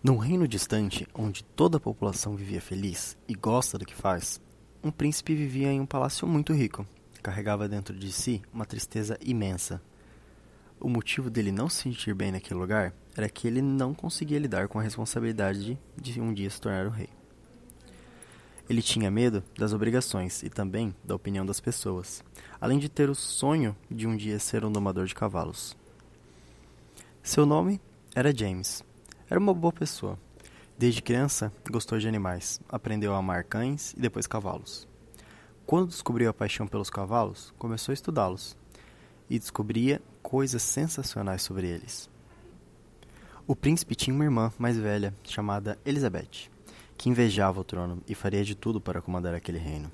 Num reino distante, onde toda a população vivia feliz e gosta do que faz, um príncipe vivia em um palácio muito rico. Carregava dentro de si uma tristeza imensa. O motivo dele não se sentir bem naquele lugar era que ele não conseguia lidar com a responsabilidade de um dia se tornar o rei. Ele tinha medo das obrigações e também da opinião das pessoas, além de ter o sonho de um dia ser um domador de cavalos. Seu nome era James. Era uma boa pessoa. Desde criança, gostou de animais, aprendeu a amar cães e depois cavalos. Quando descobriu a paixão pelos cavalos, começou a estudá-los e descobria coisas sensacionais sobre eles. O príncipe tinha uma irmã mais velha, chamada Elizabeth, que invejava o trono e faria de tudo para comandar aquele reino.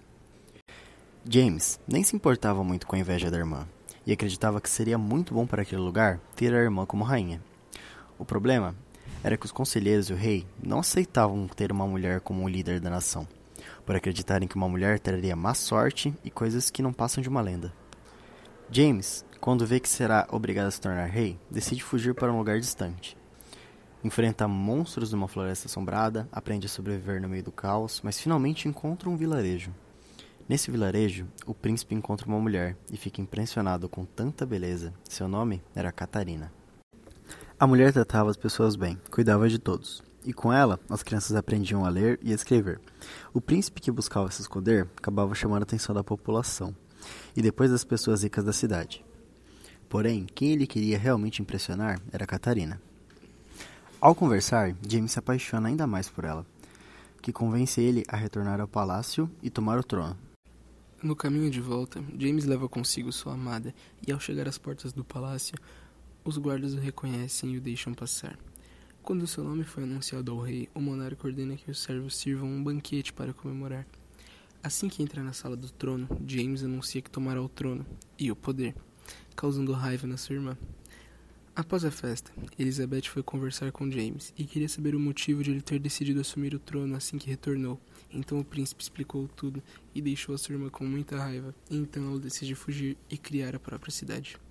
James nem se importava muito com a inveja da irmã e acreditava que seria muito bom para aquele lugar ter a irmã como rainha. O problema era que os conselheiros e o rei não aceitavam ter uma mulher como o líder da nação, por acreditarem que uma mulher traria má sorte e coisas que não passam de uma lenda. James, quando vê que será obrigado a se tornar rei, decide fugir para um lugar distante. Enfrenta monstros numa floresta assombrada, aprende a sobreviver no meio do caos, mas finalmente encontra um vilarejo. Nesse vilarejo, o príncipe encontra uma mulher e fica impressionado com tanta beleza. Seu nome era Catarina. A mulher tratava as pessoas bem, cuidava de todos. E com ela, as crianças aprendiam a ler e a escrever. O príncipe que buscava se esconder acabava chamando a atenção da população, e depois das pessoas ricas da cidade. Porém, quem ele queria realmente impressionar era Catarina. Ao conversar, James se apaixona ainda mais por ela, que convence ele a retornar ao palácio e tomar o trono. No caminho de volta, James leva consigo sua amada e, ao chegar às portas do palácio, os guardas o reconhecem e o deixam passar. Quando seu nome foi anunciado ao rei, o monarca ordena que os servos sirvam um banquete para comemorar. Assim que entra na sala do trono, James anuncia que tomará o trono e o poder, causando raiva na sua irmã. Após a festa, Elizabeth foi conversar com James e queria saber o motivo de ele ter decidido assumir o trono assim que retornou. Então o príncipe explicou tudo e deixou a sua irmã com muita raiva. Então ela decide fugir e criar a própria cidade.